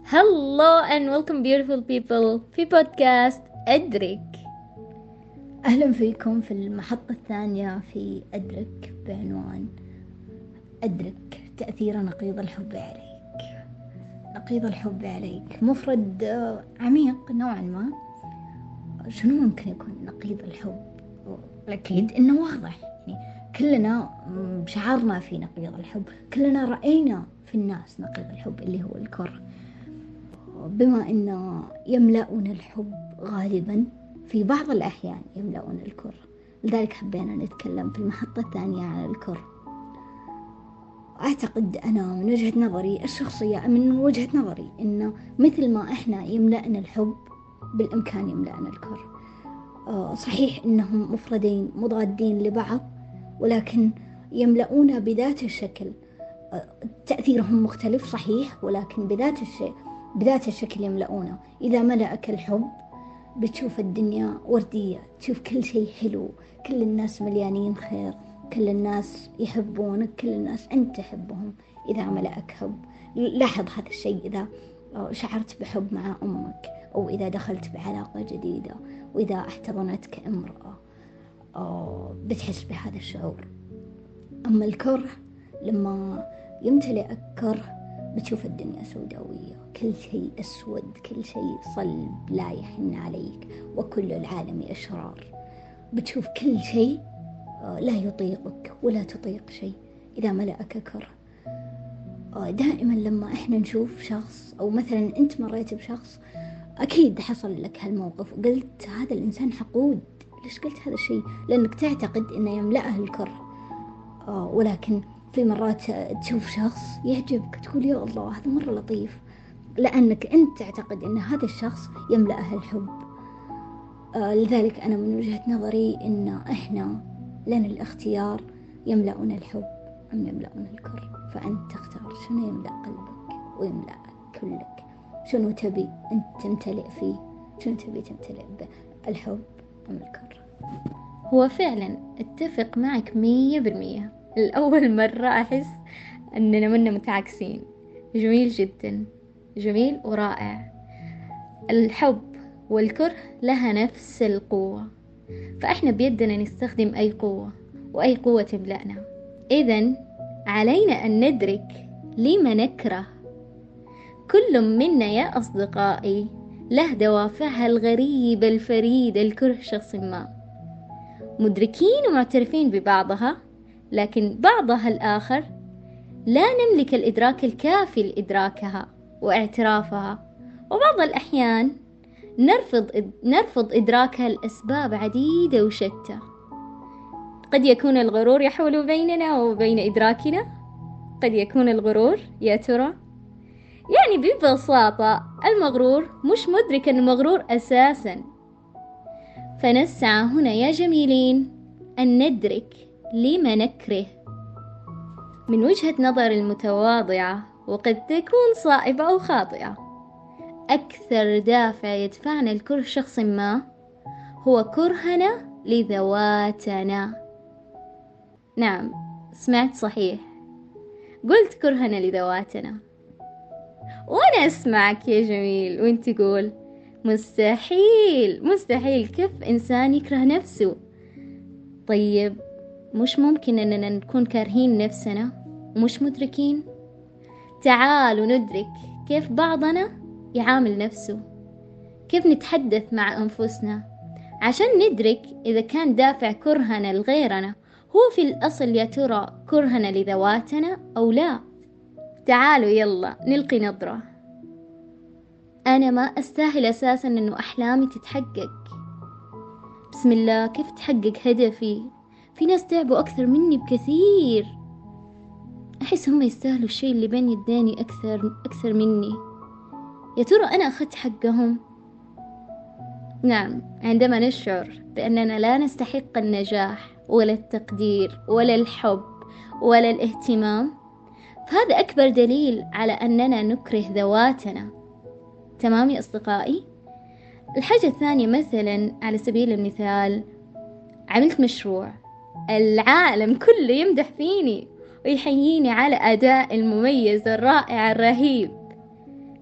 Hello and welcome beautiful people في بودكاست أدرك. أهلا فيكم في المحطة الثانية في أدرك بعنوان أدرك تأثير نقيض الحب عليك. نقيض الحب عليك مفرد عميق نوعا ما. شنو ممكن يكون نقيض الحب؟ أكيد إنه واضح، يعني كلنا شعرنا في نقيض الحب، كلنا رأينا في الناس نقيض الحب اللي هو الكره. بما إنه يملأنا الحب غالبا، في بعض الأحيان يملأنا الكره، لذلك حبينا نتكلم في المحطة الثانية عن الكره. أعتقد أنا من وجهة نظري الشخصية، إنه مثل ما إحنا يملأنا الحب بالإمكان يملأنا الكره. صحيح إنهم مفردين مضادين لبعض، ولكن يملؤون بذات الشكل. تأثيرهم مختلف صحيح، ولكن بذات الشكل يملؤونه. إذا ملأك الحب بتشوف الدنيا وردية، تشوف كل شيء حلو، كل الناس مليانين خير، كل الناس يحبونك، كل الناس أنت تحبهم. إذا ملأك حب، لاحظ هذا الشيء إذا شعرت بحب مع أمك، أو إذا دخلت بعلاقة جديدة، وإذا احتضنتك امرأة بتحس بهذا الشعور. أما الكره، لما يمتلئك كره بتشوف الدنيا سوداوية، كل شيء أسود، كل شيء صلب لا يحن عليك، وكل العالم أشرار. بتشوف كل شيء لا يطيقك ولا تطيق شيء إذا ملأك كره. دائما لما إحنا نشوف شخص، أو مثلا أنت مريت بشخص، أكيد حصل لك هالموقف وقلت هذا الإنسان حقود. ليش قلت هذا الشيء؟ لأنك تعتقد إنه يملأه الكره. ولكن في مرات تشوف شخص يعجبك تقول يا الله هذا مرة لطيف، لأنك أنت تعتقد أن هذا الشخص يملأه الحب. لذلك أنا من وجهة نظري أن إحنا لنا الاختيار، يملأنا الحب أم يملأنا الكره. فأنت تختار شنو يملأ قلبك ويملأ كلك، شنو تبي أنت تمتلئ فيه، شنو تبي تمتلئ بالحب أم الكره. هو فعلا اتفق معك 100%. الأول مرة أحس أننا منا متعاكسين. جميل جدا، جميل ورائع. الحب والكره لها نفس القوة، فإحنا بيدنا نستخدم أي قوة، وأي قوة تملأنا. إذن علينا أن ندرك لما نكره. كل منا يا أصدقائي له دوافعها الغريبة الفريدة لكره شخص ما، مدركين ومعترفين ببعضها، لكن بعضها الآخر لا نملك الإدراك الكافي لإدراكها واعترافها. وبعض الأحيان نرفض إدراكها لأسباب عديدة وشتى. قد يكون الغرور يحول بيننا وبين إدراكنا. قد يكون الغرور، يا ترى؟ يعني ببساطة المغرور مش مدرك أن المغرور أساساً. فنسعى هنا يا جميلين أن ندرك لما نكره. من وجهة نظر المتواضعة، وقد تكون صائبة أو خاطئة، أكثر دافع يدفعنا لكره شخص ما هو كرهنا لذواتنا. نعم، سمعت صحيح، قلت كرهنا لذواتنا. وأنا أسمعك يا جميل وانت تقول مستحيل مستحيل، كيف إنسان يكره نفسه؟ طيب، مش ممكن أننا نكون كارهين نفسنا ومش مدركين؟ تعالوا ندرك كيف بعضنا يعامل نفسه، كيف نتحدث مع أنفسنا، عشان ندرك إذا كان دافع كرهنا لغيرنا هو في الأصل يا ترى كرهنا لذواتنا أو لا. تعالوا يلا نلقي نظرة. أنا ما أستاهل أساسا أنه أحلامي تتحقق. بسم الله، كيف تحقق هدفي؟ في ناس تعبوا أكثر مني بكثير، أحس هم يستاهلوا الشيء اللي بين يديني أكثر مني. يا ترى أنا أخذت حقهم؟ نعم، عندما نشعر بأننا لا نستحق النجاح ولا التقدير ولا الحب ولا الاهتمام، فهذا أكبر دليل على أننا نكره ذواتنا. تمام يا أصدقائي؟ الحاجة الثانية، مثلا على سبيل المثال، عملت مشروع، العالم كله يمدح فيني ويحييني على أداء المميز الرائع الرهيب،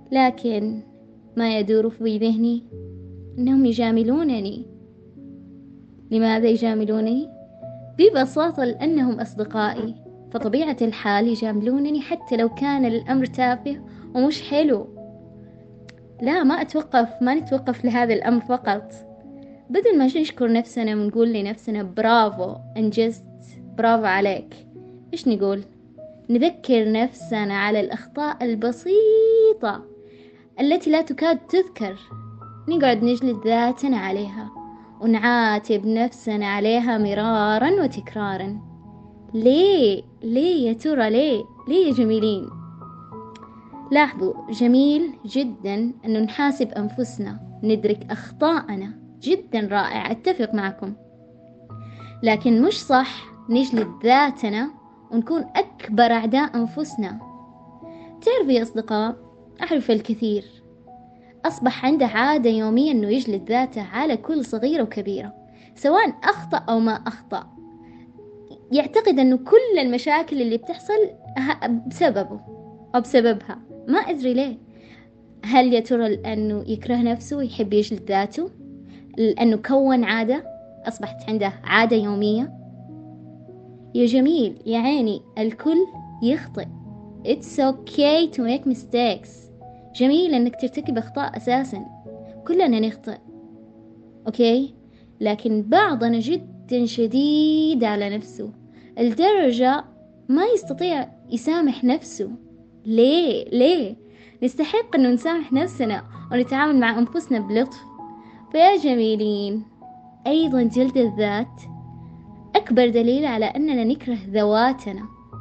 لكن ما يدور في ذهني أنهم يجاملونني. لماذا يجاملوني؟ ببساطة لأنهم أصدقائي، فطبيعة الحال يجاملونني حتى لو كان الأمر تافه ومش حلو. لا، ما نتوقف لهذا الأمر فقط. بدل ما نشكر نفسنا ونقول لنفسنا برافو أنجزت، برافو عليك، إيش نقول؟ نذكر نفسنا على الأخطاء البسيطة التي لا تكاد تذكر، نقعد نجلد ذاتنا عليها ونعاتب نفسنا عليها مرارا وتكرارا. ليه يا ترى؟ ليه يا جميلين؟ لاحظوا، جميل جدا أنه نحاسب أنفسنا، ندرك أخطاءنا، جدا رائع، أتفق معكم. لكن مش صح نجلد ذاتنا ونكون أكبر أعداء أنفسنا. تعرفوا يا أصدقاء، أعرف الكثير أصبح عنده عادة يومية أنه يجلد ذاته على كل صغيرة وكبيرة، سواء أخطأ أو ما أخطأ. يعتقد أنه كل المشاكل اللي بتحصل بسببه أو بسببها، ما أدري ليه. هل يا ترى لأنه يكره نفسه ويحب يجلد ذاته؟ لأنه كون عادة أصبحت عنده عادة يومية؟ يا جميل، يا عيني، الكل يخطئ. It's okay to make mistakes. جميل أنك ترتكب أخطاء أساسا، كلنا نخطئ، أوكي؟ لكن بعضنا جدا شديد على نفسه الدرجة ما يستطيع يسامح نفسه. ليه؟ نستحق أنه نسامح نفسنا ونتعامل مع أنفسنا بلطف. فيا جميلين، أيضا جلد الذات أكبر دليل على أننا نكره ذواتنا.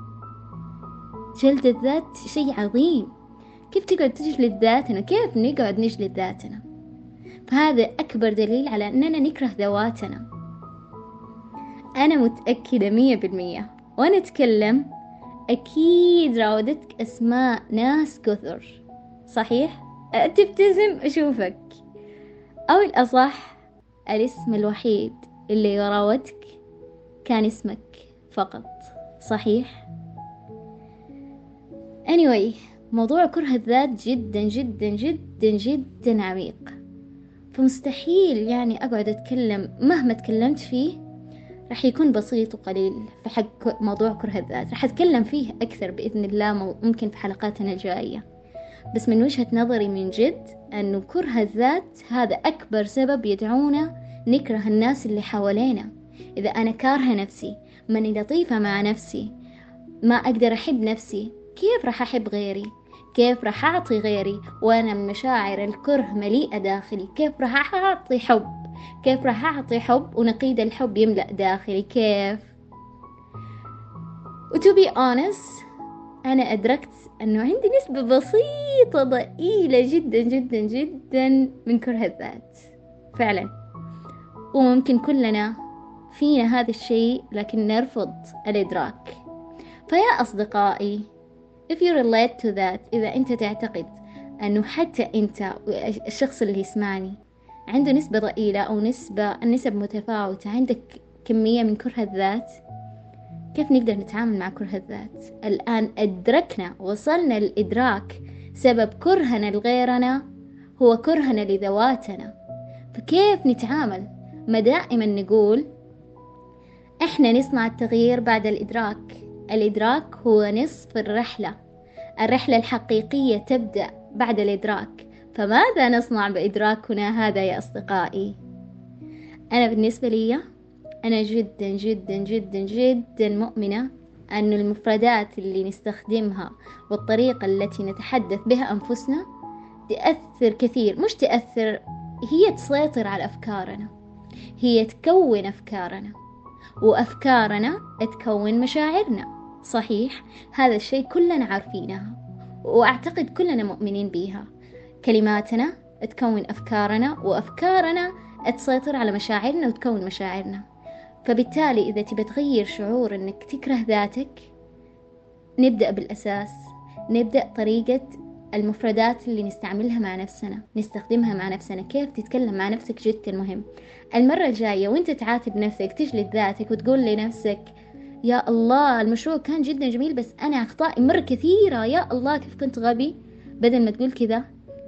جلد الذات شيء عظيم. كيف تقعد تجلد ذاتنا؟ كيف نقعد نجلد ذاتنا؟ فهذا أكبر دليل على أننا نكره ذواتنا. أنا متأكدة 100% وأنا أتكلم أكيد راودتك أسماء ناس كثر، صحيح؟ تبتسم أشوفك. أو الأصح، الاسم الوحيد اللي يراودك كان اسمك فقط، صحيح؟ anyway، موضوع كره الذات جدا جدا جدا جدا عميق، فمستحيل يعني أقعد أتكلم، مهما تكلمت فيه رح يكون بسيط وقليل. في حق موضوع كره الذات رح أتكلم فيه أكثر بإذن الله، ممكن في حلقاتنا الجاية. بس من وجهة نظري من جد أنه كره الذات هذا أكبر سبب يدعونا نكره الناس اللي حوالينا. إذا أنا كارهة نفسي، ماني لطيفة مع نفسي، ما أقدر أحب نفسي، كيف راح أحب غيري؟ كيف راح أعطي غيري وأنا مشاعر الكره مليئة داخلي؟ كيف راح أعطي حب؟ كيف راح أعطي حب ونقيد الحب يملأ داخلي؟ كيف؟ to be honest، أنا أدركت أنه عندي نسبة بسيطة ضئيلة جدا جدا جدا من كره الذات فعلا، وممكن كلنا فينا هذا الشيء لكن نرفض الإدراك. فيا أصدقائي، if you relate to that، إذا أنت تعتقد أنه حتى أنت الشخص اللي يسمعني عنده نسبة ضئيلة أو النسب متفاوتة، عندك كمية من كره الذات، كيف نقدر نتعامل مع كره الذات؟ الآن أدركنا، وصلنا للإدراك سبب كرهنا لغيرنا هو كرهنا لذواتنا. فكيف نتعامل؟ ما دائما نقول إحنا نصنع التغيير بعد الإدراك. الإدراك هو نصف الرحلة الحقيقية تبدأ بعد الإدراك. فماذا نصنع بإدراكنا هذا يا أصدقائي؟ أنا بالنسبة لي، أنا جدا جدا جدا جدا مؤمنة أن المفردات اللي نستخدمها والطريقة التي نتحدث بها أنفسنا تأثر كثير، مش تأثر، هي تسيطر على أفكارنا، هي تكون أفكارنا، وأفكارنا تكون مشاعرنا، صحيح؟ هذا الشيء كلنا عارفينها وأعتقد كلنا مؤمنين بيها. كلماتنا تكون أفكارنا، وأفكارنا تسيطر على مشاعرنا وتكون مشاعرنا. فبالتالي إذا تبي تغير شعور أنك تكره ذاتك، نبدأ بالأساس، نبدأ طريقة المفردات اللي نستعملها مع نفسنا، نستخدمها مع نفسنا. كيف تتكلم مع نفسك جدا مهم. المرة الجاية وانت تعاتب نفسك، تجلد ذاتك وتقول لنفسك يا الله المشروع كان جدا جميل بس أنا أخطائي مرة كثيرة، يا الله كيف كنت غبي، بدل ما تقول كذا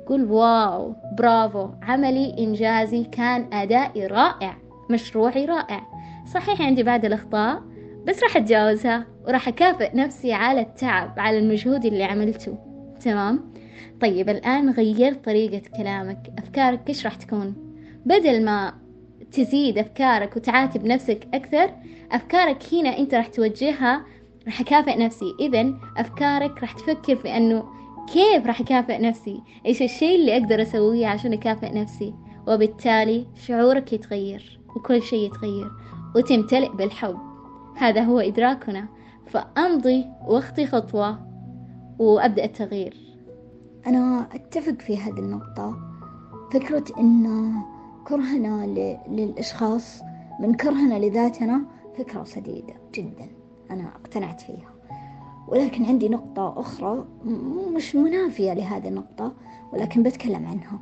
تقول واو برافو، عملي إنجازي كان أدائي رائع، مشروعي رائع. صحيح عندي بعض الأخطاء، بس راح أتجاوزها وراح أكافئ نفسي على التعب، على المجهود اللي عملته. تمام؟ طيب الآن غيرت طريقة كلامك، أفكارك إيش راح تكون؟ بدل ما تزيد أفكارك وتعاتب نفسك أكثر، أفكارك هنا أنت راح توجهها، راح أكافئ نفسي. إذن أفكارك راح تفكر في أنه كيف راح أكافئ نفسي، إيش الشيء اللي أقدر أسويه عشان أكافئ نفسي، وبالتالي شعورك يتغير وكل شيء يتغير وتمتلئ بالحب. هذا هو إدراكنا. فأمضي واخطي خطوة وأبدأ التغيير. أنا أتفق في هذه النقطة. فكرة إن كرهنا للأشخاص من كرهنا لذاتنا فكرة سديدة جدا، أنا اقتنعت فيها. ولكن عندي نقطة أخرى مش منافية لهذه النقطة، ولكن بتكلم عنها.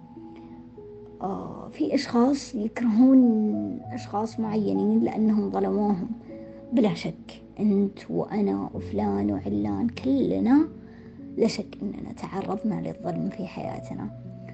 في أشخاص يكرهون أشخاص معينين لأنهم ظلموهم. بلا شك أنت وأنا وفلان وعلان كلنا لا شك أننا تعرضنا للظلم في حياتنا.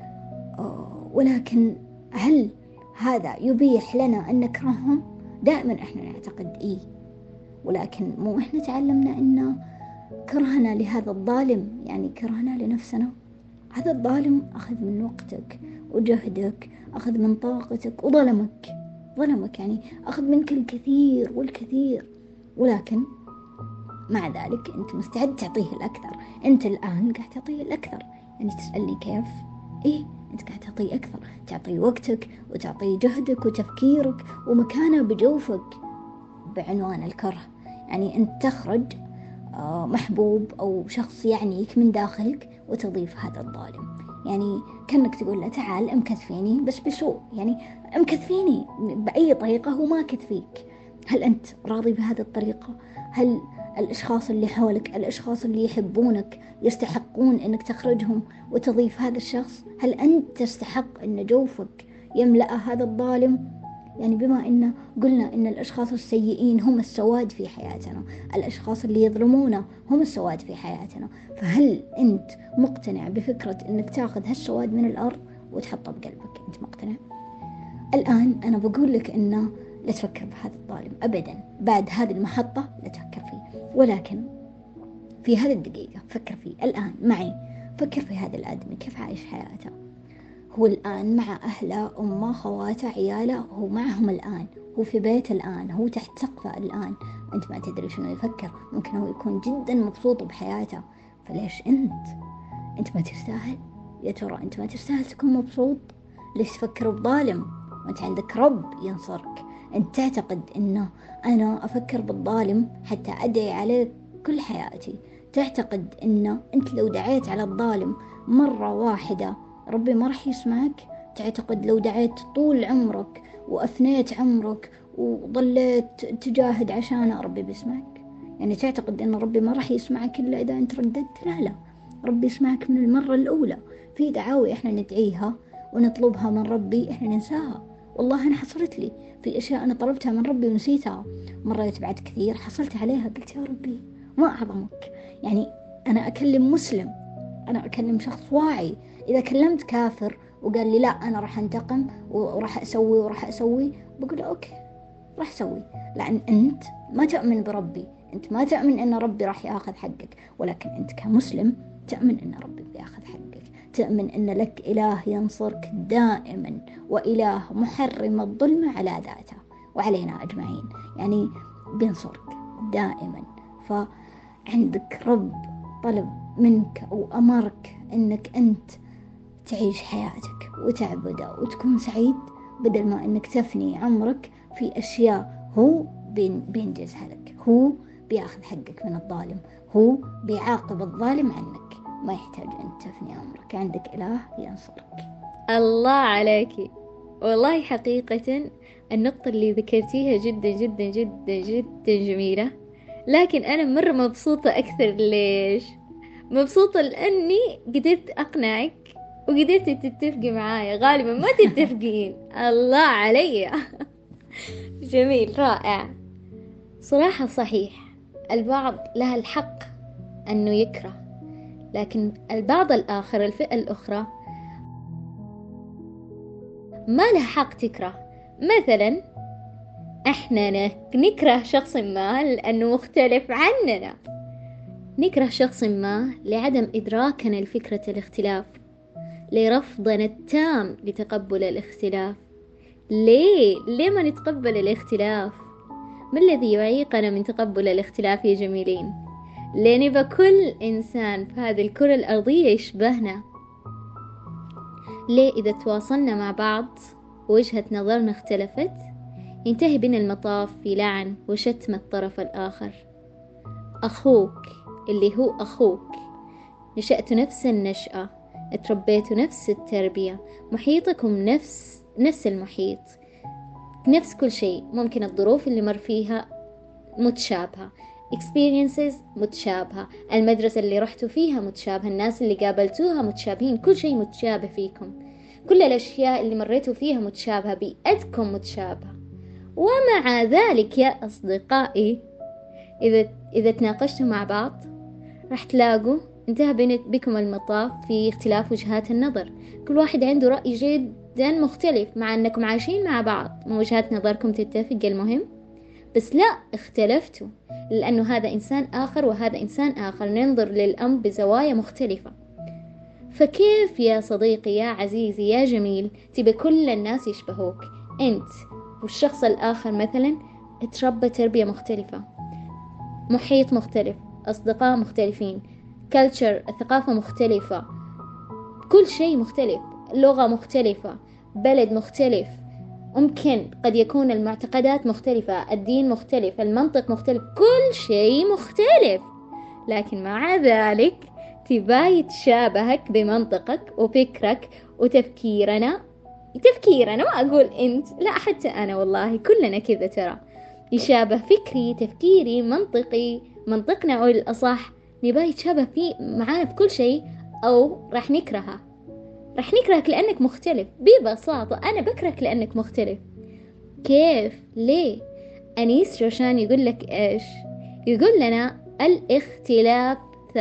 ولكن هل هذا يبيح لنا أن نكرههم؟ دائما إحنا نعتقد إيه، ولكن مو إحنا تعلمنا أن كرهنا لهذا الظالم يعني كرهنا لنفسنا. هذا الظالم أخذ من وقتك وجهدك، أخذ من طاقتك وظلمك يعني أخذ منك الكثير والكثير، ولكن مع ذلك أنت مستعد تعطيه الأكثر. أنت الآن قاعد تعطيه الأكثر، يعني تسألني كيف؟ إيه، أنت قاعد تعطيه أكثر، تعطيه وقتك وتعطيه جهدك وتفكيرك ومكانه بجوفك بعنوان الكره. يعني أنت تخرج محبوب أو شخص يعنيك من داخلك وتضيف هذا الظالم. يعني كأنك تقول له تعال امكث فيني بس بسوء، يعني امكث فيني بأي طريقة هو ما كث فيك. هل أنت راضي بهذه الطريقة؟ هل الأشخاص اللي حولك، الأشخاص اللي يحبونك يستحقون أنك تخرجهم وتضيف هذا الشخص؟ هل أنت تستحق أن جوفك يملأ هذا الظالم؟ يعني بما أن قلنا أن الأشخاص السيئين هم السواد في حياتنا، الأشخاص اللي يظلمونا هم السواد في حياتنا، فهل أنت مقتنع بفكرة أنك تاخذ هالسواد من الأرض وتحطه بقلبك؟ أنت مقتنع؟ الآن أنا بقول لك أنه لا تفكر بهذا الظالم أبدا، بعد هذه المحطة لا تفكر فيه، ولكن في هذه الدقيقة فكر فيه الآن معي. فكر في هذا الآدمي كيف عايش حياته. هو الآن مع أهله، أمه، خواته، عياله، هو معهم الآن، هو في بيت الآن، هو تحت سقفه الآن. أنت ما تدري شنو يفكر، ممكن هو يكون جدا مبسوط بحياته. فليش أنت ما تستاهل؟ يا ترى أنت ما تستاهل تكون مبسوط؟ ليش تفكر بظالم وأنت عندك رب ينصرك؟ أنت تعتقد أنه أنا أفكر بالظالم حتى أدعي عليه كل حياتي؟ تعتقد أنه أنت لو دعيت على الظالم مرة واحدة ربي ما راح يسمعك؟ تعتقد لو دعيت طول عمرك وأفنيت عمرك وظليت تجاهد عشانه ربي بيسمعك؟ يعني تعتقد أن ربي ما راح يسمعك إلا إذا أنت رددت؟ لا، ربي يسمعك من المرة الأولى. في دعاوي إحنا ندعيها ونطلبها من ربي إحنا ننساها. والله أنا حصلت لي في أشياء أنا طلبتها من ربي ونسيتها، مريت بعد كثير حصلت عليها قلت يا ربي ما أعظمك. يعني أنا أكلم مسلم، أنا أكلم شخص واعي. إذا كلمت كافر وقال لي لا أنا راح أنتقم وراح أسوي بقول له أوكي راح أسوي، لأن أنت ما تؤمن بربي، أنت ما تؤمن أن ربي راح يأخذ حقك. ولكن أنت كمسلم تؤمن أن ربي بيأخذ حقك، تؤمن أن لك إله ينصرك دائما، وإله محرم الظلم على ذاته وعلينا أجمعين، يعني بينصرك دائما. فعندك رب طلب منك أو أمرك أنك أنت تعيش حياتك وتعبده وتكون سعيد، بدل ما أنك تفني عمرك في أشياء هو بينجزها لك، هو بياخذ حقك من الظالم، هو بيعاقب الظالم عنك. ما يحتاج أن تفني عمرك، عندك إله ينصرك. الله عليك، والله حقيقة النقطة اللي ذكرتيها جدا جدا جدا جدا جميلة، لكن أنا مرة مبسوطة أكثر. ليش مبسوطة؟ لأني قدرت أقنعك وقدرت تتفقي معايا، غالبا ما تتفقين. الله علي. جميل، رائع صراحة. صحيح البعض له الحق أنه يكره، لكن البعض الآخر، الفئة الأخرى، ما لها حق تكره. مثلا احنا نكره شخص ما لأنه مختلف عننا، نكره شخص ما لعدم إدراكنا لفكرة الاختلاف، لرفضنا التام لتقبل الاختلاف. ليه ما نتقبل الاختلاف؟ ما الذي يعيقنا من تقبل الاختلاف يا جميلين؟ ليه نبى كل إنسان في هذه الكرة الأرضية يشبهنا؟ ليه إذا تواصلنا مع بعض ووجهة نظرنا اختلفت ينتهي بنا المطاف في لعن وشتم الطرف الآخر؟ أخوك اللي هو أخوك، نشأت نفس النشأة، تربيتوا نفس التربية، محيطكم نفس المحيط، نفس كل شيء. ممكن الظروف اللي مر فيها متشابهة، experiences متشابهة، المدرسة اللي رحتوا فيها متشابهة، الناس اللي قابلتوها متشابهين، كل شيء متشابه فيكم، كل الأشياء اللي مريتوا فيها متشابهة، بيئتكم متشابهة. ومع ذلك يا أصدقائي إذا تناقشتوا مع بعض راح تلاقوا انتهى بكم المطاف في اختلاف وجهات النظر، كل واحد عنده رأي جدا مختلف، مع أنكم عايشين مع بعض، ما وجهات نظركم تتفق المهم، بس لا، اختلفتوا لأنه هذا إنسان آخر وهذا إنسان آخر، ننظر للأمر بزوايا مختلفة. فكيف يا صديقي يا عزيزي يا جميل تبي كل الناس يشبهوك؟ أنت والشخص الآخر مثلا تربى تربية مختلفة، محيط مختلف، أصدقاء مختلفين، كلتشر الثقافة مختلفة، كل شيء مختلف، لغة مختلفة، بلد مختلف، ممكن قد يكون المعتقدات مختلفة، الدين مختلف، المنطق مختلف، كل شيء مختلف، لكن مع ذلك تباي يتشابهك بمنطقك وفكرك وتفكيرنا. ما أقول أنت، لا، حتى أنا والله كلنا كذا، ترى يشابه فكري، تفكيري، منطقنا، أو الأصح نباي يتشابه فيه معانا في كل شيء، أو راح نكرهك لأنك مختلف. ببساطة أنا بكرهك لأنك مختلف. كيف؟ ليه؟ أنيس روشان يقول لك إيش؟ يقول لنا الاختلاف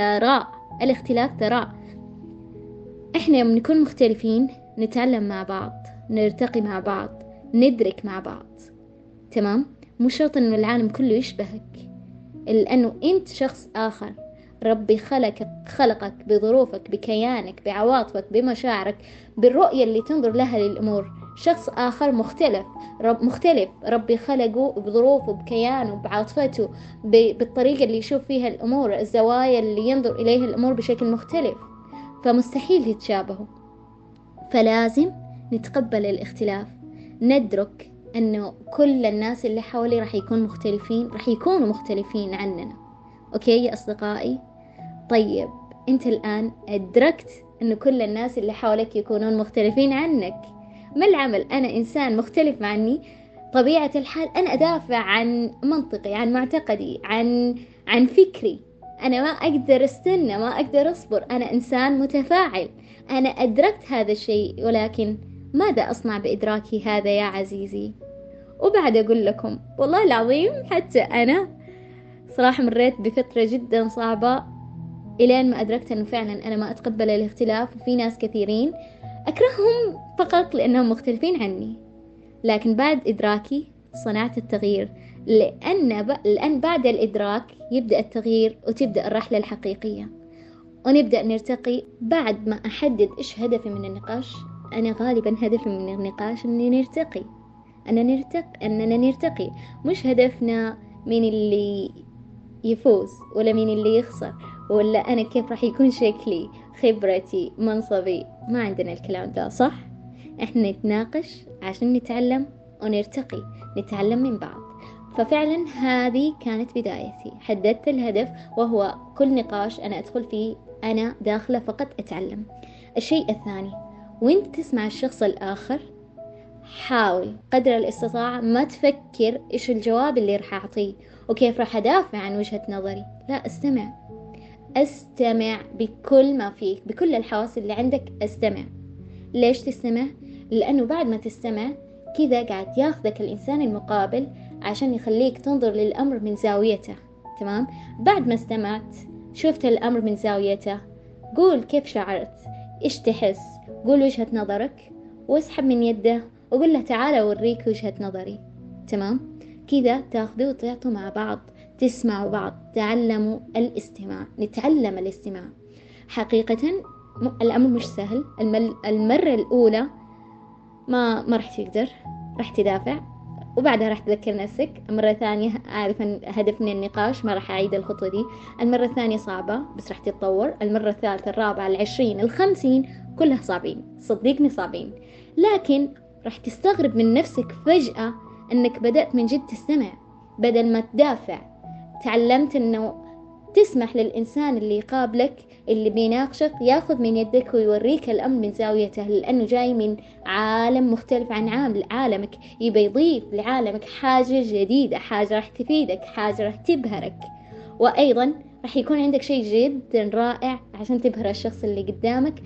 ثراء. إحنا يوم نكون مختلفين نتعلم مع بعض، نرتقي مع بعض، ندرك مع بعض، تمام؟ مو شرط إنه العالم كله يشبهك، لأنه أنت شخص آخر، ربي خلقك بظروفك، بكيانك، بعواطفك، بمشاعرك، بالرؤية اللي تنظر لها للأمور. شخص آخر مختلف، ربي خلقه بظروفه، بكيانه، بعاطفته، بالطريقة اللي يشوف فيها الأمور، الزوايا اللي ينظر إليها الأمور بشكل مختلف، فمستحيل يتشابهوا. فلازم نتقبل الاختلاف، ندرك أنه كل الناس اللي حولي راح يكونوا مختلفين عننا. أوكي يا أصدقائي؟ طيب أنت الآن أدركت أنه كل الناس اللي حولك يكونون مختلفين عنك، ما العمل؟ أنا إنسان مختلف عني، طبيعة الحال أنا أدافع عن منطقي، عن معتقدي، عن فكري، أنا ما أقدر استنى، ما أقدر أصبر، أنا إنسان متفاعل. أنا أدركت هذا الشيء، ولكن ماذا أصنع بإدراكي هذا يا عزيزي؟ وبعد أقول لكم والله العظيم حتى أنا صراحة مريت بفترة جدا صعبة إلين ما أدركت أنه فعلا أنا ما أتقبل الاختلاف، وفي ناس كثيرين أكرههم فقط لأنهم مختلفين عني، لكن بعد إدراكي صنعت التغيير، لأن بعد الإدراك يبدأ التغيير وتبدأ الرحلة الحقيقية، ونبدأ نرتقي. بعد ما أحدد إيش هدفي من النقاش، أنا غالبا هدفي من النقاش أننا نرتقي، مش هدفنا مين اللي يفوز ولا مين اللي يخسر، ولا أنا كيف راح يكون شكلي، خبرتي، منصبي. ما عندنا الكلام ده، صح؟ إحنا نتناقش عشان نتعلم ونرتقي، نتعلم من بعض. ففعلا هذه كانت بدايتي، حددت الهدف، وهو كل نقاش أنا أدخل فيه أنا داخلة فقط أتعلم. الشيء الثاني، وانت تسمع الشخص الآخر، حاول قدر الاستطاعة ما تفكر إيش الجواب اللي راح أعطيه وكيف راح أدافع عن وجهة نظري. لا، استمع بكل ما فيك، بكل الحواس اللي عندك، استمع. ليش تستمع؟ لأنه بعد ما تستمع كذا قاعد ياخذك الإنسان المقابل عشان يخليك تنظر للأمر من زاويته، تمام؟ بعد ما استمعت شفت الأمر من زاويته، قول كيف شعرت، إيش تحس، قول وجهة نظرك، واسحب من يده وقل له تعال أوريك وجهة نظري. تمام؟ كذا تاخذوا وتعطوا مع بعض، تسمعوا بعض، تعلموا الاستماع، نتعلم الاستماع. حقيقة الأمر مش سهل. المرة الأولى ما راح تقدر، راح تدافع، وبعدها راح تذكر نفسك. المرة الثانية أعرف أن هدف من النقاش، ما راح أعيد الخطوة دي. المرة الثانية صعبة بس راح تتطور. المرة الثالثة، الرابعة، 20، 50 كلها صعبين، صدقني صعبين، لكن راح تستغرب من نفسك فجأة أنك بدأت من جد تستمع بدل ما تدافع. تعلمت أنه تسمح للإنسان اللي يقابلك، اللي بيناقشك، ياخذ من يدك ويوريك الأمر من زاويته، لأنه جاي من عالم مختلف عن عالمك، يبي يضيف لعالمك حاجة جديدة، حاجة راح تفيدك، حاجة راح تبهرك. وأيضا راح يكون عندك شيء جدا رائع عشان تبهر الشخص اللي قدامك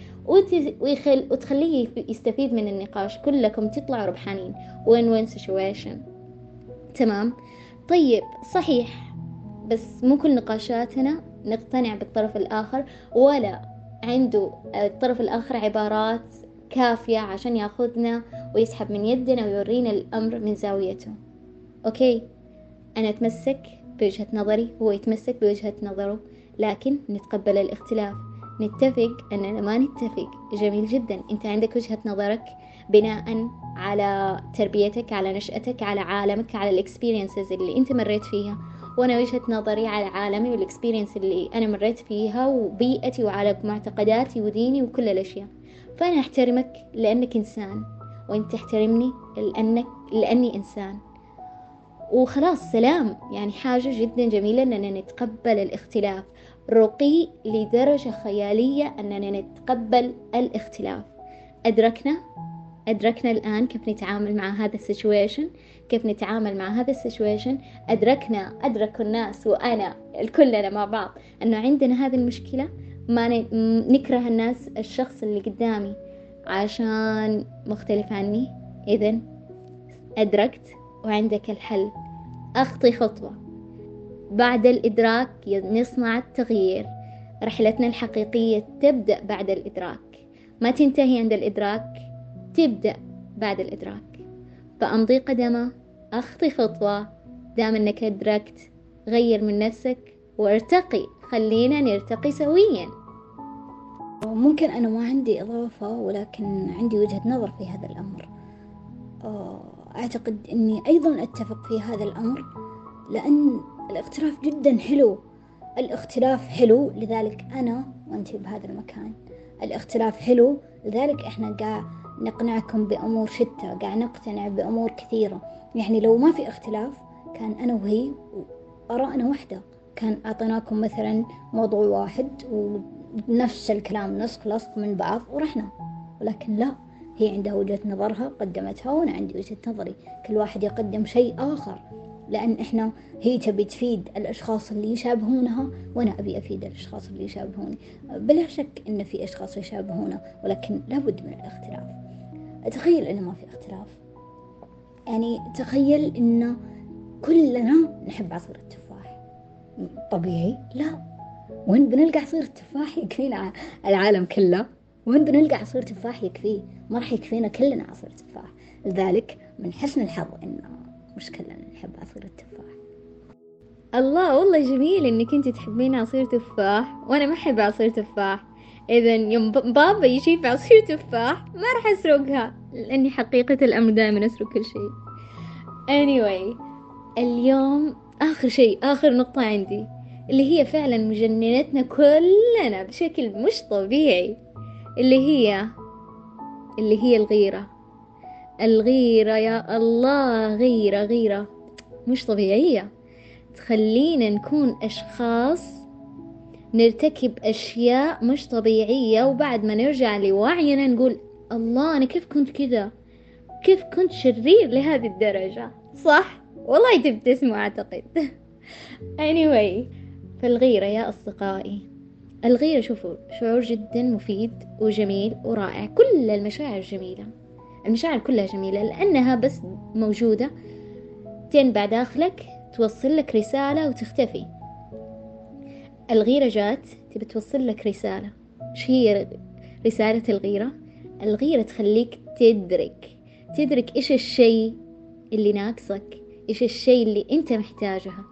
وتخليه يستفيد من النقاش. كلكم تطلعوا ربحانين، win-win situation. تمام؟ طيب صحيح، بس مو كل نقاشاتنا نقتنع بالطرف الآخر، ولا عنده الطرف الآخر عبارات كافية عشان ياخذنا ويسحب من يدنا ويورينا الأمر من زاويته. أوكي، أنا أتمسك بوجهة نظري، هو يتمسك بوجهة نظره، لكن نتقبل الاختلاف، نتفق أننا ما نتفق. جميل جدا، أنت عندك وجهة نظرك بناء على تربيتك، على نشأتك، على عالمك، على الاكسبيرينسز اللي أنت مريت فيها، وأنا وجهة نظري على عالمي والاكسبيرينس اللي أنا مريت فيها، وبيئتي، وعلى معتقداتي وديني وكل الأشياء. فأنا أحترمك لأنك إنسان، وأنت تحترمني لأني إنسان، وخلاص سلام. يعني حاجة جدا جميلة أننا نتقبل الاختلاف، رقي لدرجة خيالية أننا نتقبل الاختلاف. أدركنا الآن كيف نتعامل مع هذا السيتويشن، كيف نتعامل مع هذا السيتويشن. أدركوا الناس وأنا كلنا مع بعض أنه عندنا هذه المشكلة. ما نكره الشخص اللي قدامي عشان مختلف عني. إذن أدركت وعندك الحل. أخطي خطوة، بعد الإدراك نصنع التغيير. رحلتنا الحقيقية تبدأ بعد الإدراك، ما تنتهي عند الإدراك، تبدأ بعد الإدراك. فأمضي قدمة، أخطي خطوة، دام أنك أدركت، غير من نفسك وارتقي. خلينا نرتقي سويا. ممكن أنا ما عندي إضافة، ولكن عندي وجهة نظر في هذا الأمر. أعتقد أني أيضا أتفق في هذا الأمر، لأن الاختلاف جدا حلو. الاختلاف حلو، لذلك أنا وأنتي بهذا المكان. الاختلاف حلو، لذلك إحنا قاعد نقنعكم بأمور شتى، قاعد نقتنع بأمور كثيرة. يعني لو ما في اختلاف كان أنا وهي آراءنا واحدة، كان أعطيناكم مثلا موضوع واحد ونفس الكلام نسخ لصق من بعض ورحنا. ولكن لا، هي عندها وجهة نظرها قدمتها، وأنا عندي وجهة نظري، كل واحد يقدم شيء آخر، لأن هي تبي تفيد الأشخاص اللي يشابهونها، وأنا أبي أفيد الأشخاص اللي يشابهوني. بلا شك إن في أشخاص يشابهونا، ولكن لابد من الاختلاف. تخيل إنه ما في اختلاف، يعني تخيل إنه كلنا نحب عصير التفاح، طبيعي؟ لا. وين بنلقى عصير التفاح يكفينا العالم كله؟ وين بنلقى عصير تفاح يكفيه؟ ما راح يكفينا كلنا عصير تفاح. لذلك من حسن الحظ إنه مش كلنا نحب عصير التفاح. الله، والله جميل إنك أنت تحبين عصير تفاح وأنا ما أحب عصير تفاح. إذن يوم بابا يجيب عصير تفاح ما راح أسرقها، لأني حقيقة الأمر دائما أسرق كل شيء. anyway، اليوم آخر نقطة عندي، اللي هي فعلا مجننتنا كلنا بشكل مش طبيعي، اللي هي الغيرة. يا الله، غيرة مش طبيعية، تخلينا نكون أشخاص نرتكب أشياء مش طبيعية، وبعد ما نرجع لوعينا نقول الله، أنا كيف كنت كذا؟ كيف كنت شرير لهذه الدرجة؟ صح؟ والله تبتسموا أعتقد. anyway، فالغيرة يا أصدقائي، الغيرة شوفوا شعور جدا مفيد وجميل ورائع. كل المشاعر جميلة، المشاعر كلها جميلة، لأنها بس موجودة تنبع داخلك، توصل لك رسالة وتختفي. الغيرة جات تبي توصل لك رسالة. إيش هي رسالة الغيرة؟ الغيرة تخليك تدرك إيش الشيء اللي ناقصك، إيش الشيء اللي أنت محتاجها،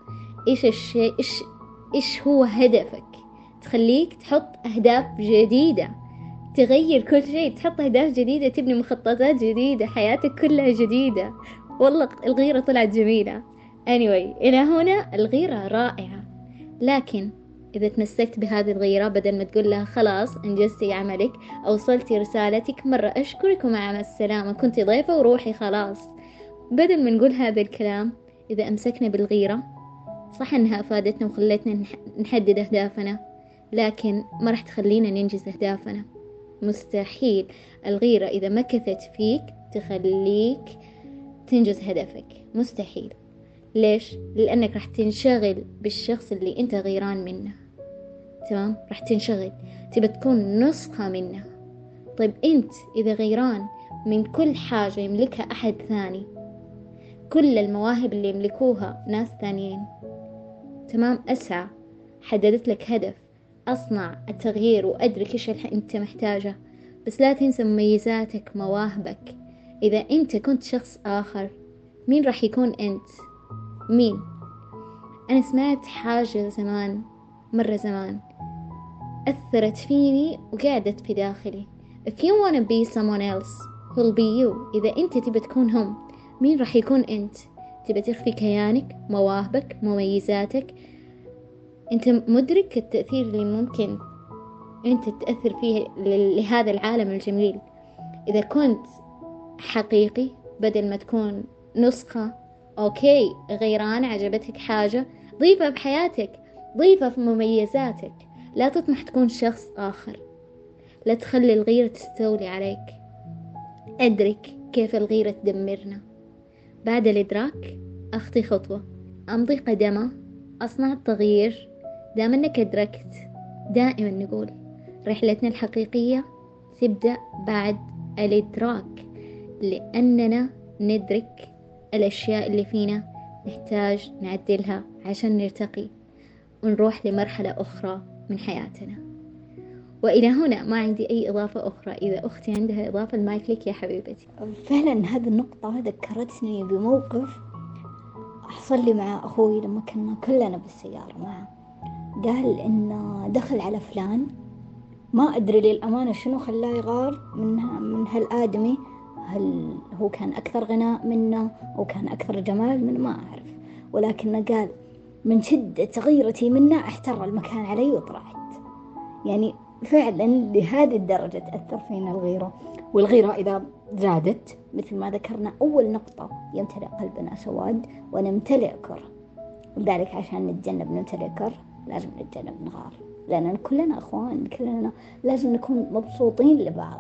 إيش هو هدفك. تخليك تحط أهداف جديدة، تغير كل شيء، تحط أهداف جديدة، تبني مخططات جديدة، حياتك كلها جديدة. والله الغيرة طلعت جميلة. anyway، إلى هنا الغيرة رائعة، لكن إذا تمسكت بهذه الغيرة بدل ما تقول لها خلاص أنجزتي عملك، أوصلتي رسالتك، مرة أشكرك ومع السلامة، كنت ضيفة وروحي خلاص، بدل ما نقول هذا الكلام، إذا أمسكنا بالغيرة صح أنها أفادتنا وخلتنا نحدد أهدافنا، لكن ما راح تخلينا ننجز أهدافنا. مستحيل الغيرة إذا مكثت فيك تخليك تنجز هدفك، مستحيل. ليش؟ لأنك راح تنشغل بالشخص اللي أنت غيران منه، تمام؟ راح تنشغل، تبى تكون نسخة منه. طيب أنت إذا غيران من كل حاجة يملكها أحد ثاني، كل المواهب اللي يملكوها ناس ثانيين، تمام؟ أسعى، حددت لك هدف، أصنع التغيير وأدرك إيش أنت محتاجه، بس لا تنسى مميزاتك، مواهبك. إذا أنت كنت شخص آخر، مين راح يكون أنت؟ مين؟ أنا سمعت حاجة زمان، مرة زمان، أثرت فيني وقعدت في داخلي. If you wanna be someone else who'll be you. إذا أنت تبى تكون هم، مين راح يكون أنت؟ تبى تخفي كيانك، مواهبك، مميزاتك. أنت مدرك التأثير اللي ممكن أنت تأثر فيه لهذا العالم الجميل إذا كنت حقيقي بدل ما تكون نسخة. أوكي، غيران، عجبتك حاجة، ضيفها بحياتك، ضيفها في مميزاتك، لا تطمح تكون شخص آخر، لا تخلي الغيرة تستولي عليك. أدرك كيف الغيرة تدمرنا. بعد الإدراك أخطي خطوة، أمضي قدمة، أصنع التغيير. دام أنك أدركت، دائما نقول رحلتنا الحقيقية تبدأ بعد الإدراك، لأننا ندرك الأشياء اللي فينا نحتاج نعدلها عشان نرتقي ونروح لمرحلة أخرى من حياتنا. وإلى هنا ما عندي أي إضافة أخرى. إذا أختي عندها إضافة، المايك لك يا حبيبتي. فعلا هذه النقطة ذكرتني بموقف حصل لي مع أخوي لما كنا كلنا بالسيارة معه. قال إنه دخل على فلان، ما أدري للأمانة شنو خلاه يغار من هالآدمي، هل هو كان أكثر غناء منه أو كان أكثر جمال منه، ما أعرف، ولكنه قال من شدة غيرتي منه احتر المكان علي وطلعت. يعني فعلا لهذه الدرجة تأثر فينا الغيرة. والغيرة إذا زادت مثل ما ذكرنا أول نقطة، يمتلئ قلبنا سواد ونمتلئ كره. ولذلك عشان نتجنب نمتلئ كره لازم نتجنب نغار، لأن كلنا أخوان، كلنا لازم نكون مبسوطين لبعض.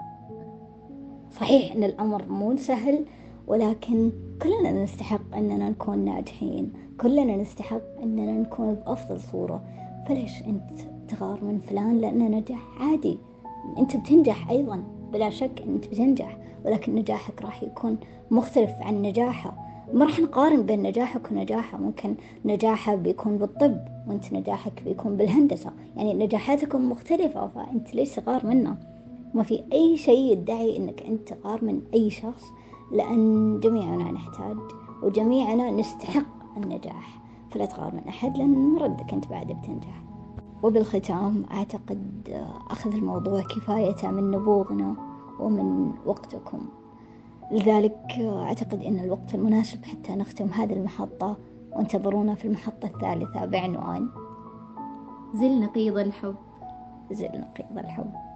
صحيح أن الأمر مو سهل، ولكن كلنا نستحق أننا نكون ناجحين، كلنا نستحق أننا نكون بأفضل صورة. فليش أنت تغار من فلان لأنه نجح؟ عادي، أنت بتنجح أيضا، بلا شك أنت بتنجح، ولكن نجاحك راح يكون مختلف عن نجاحه. ما راح نقارن بين نجاحك ونجاحه. ممكن نجاحه بيكون بالطب وانت نجاحك بيكون بالهندسة، يعني نجاحاتكم مختلفة، فأنت ليش تغار منه؟ ما في أي شيء يدعي أنك أنت تغار من أي شخص، لأن جميعنا نحتاج وجميعنا نستحق النجاح. فلا تغار من أحد، لأن مردك أنت بعد بتنجح. وبالختام أعتقد أخذ الموضوع كفاية من نبوغنا ومن وقتكم، لذلك أعتقد أن الوقت المناسب حتى نختم هذه المحطة. وانتظرونا في المحطة الثالثة بعنوان زل نقيض الحب. زل نقيض الحب.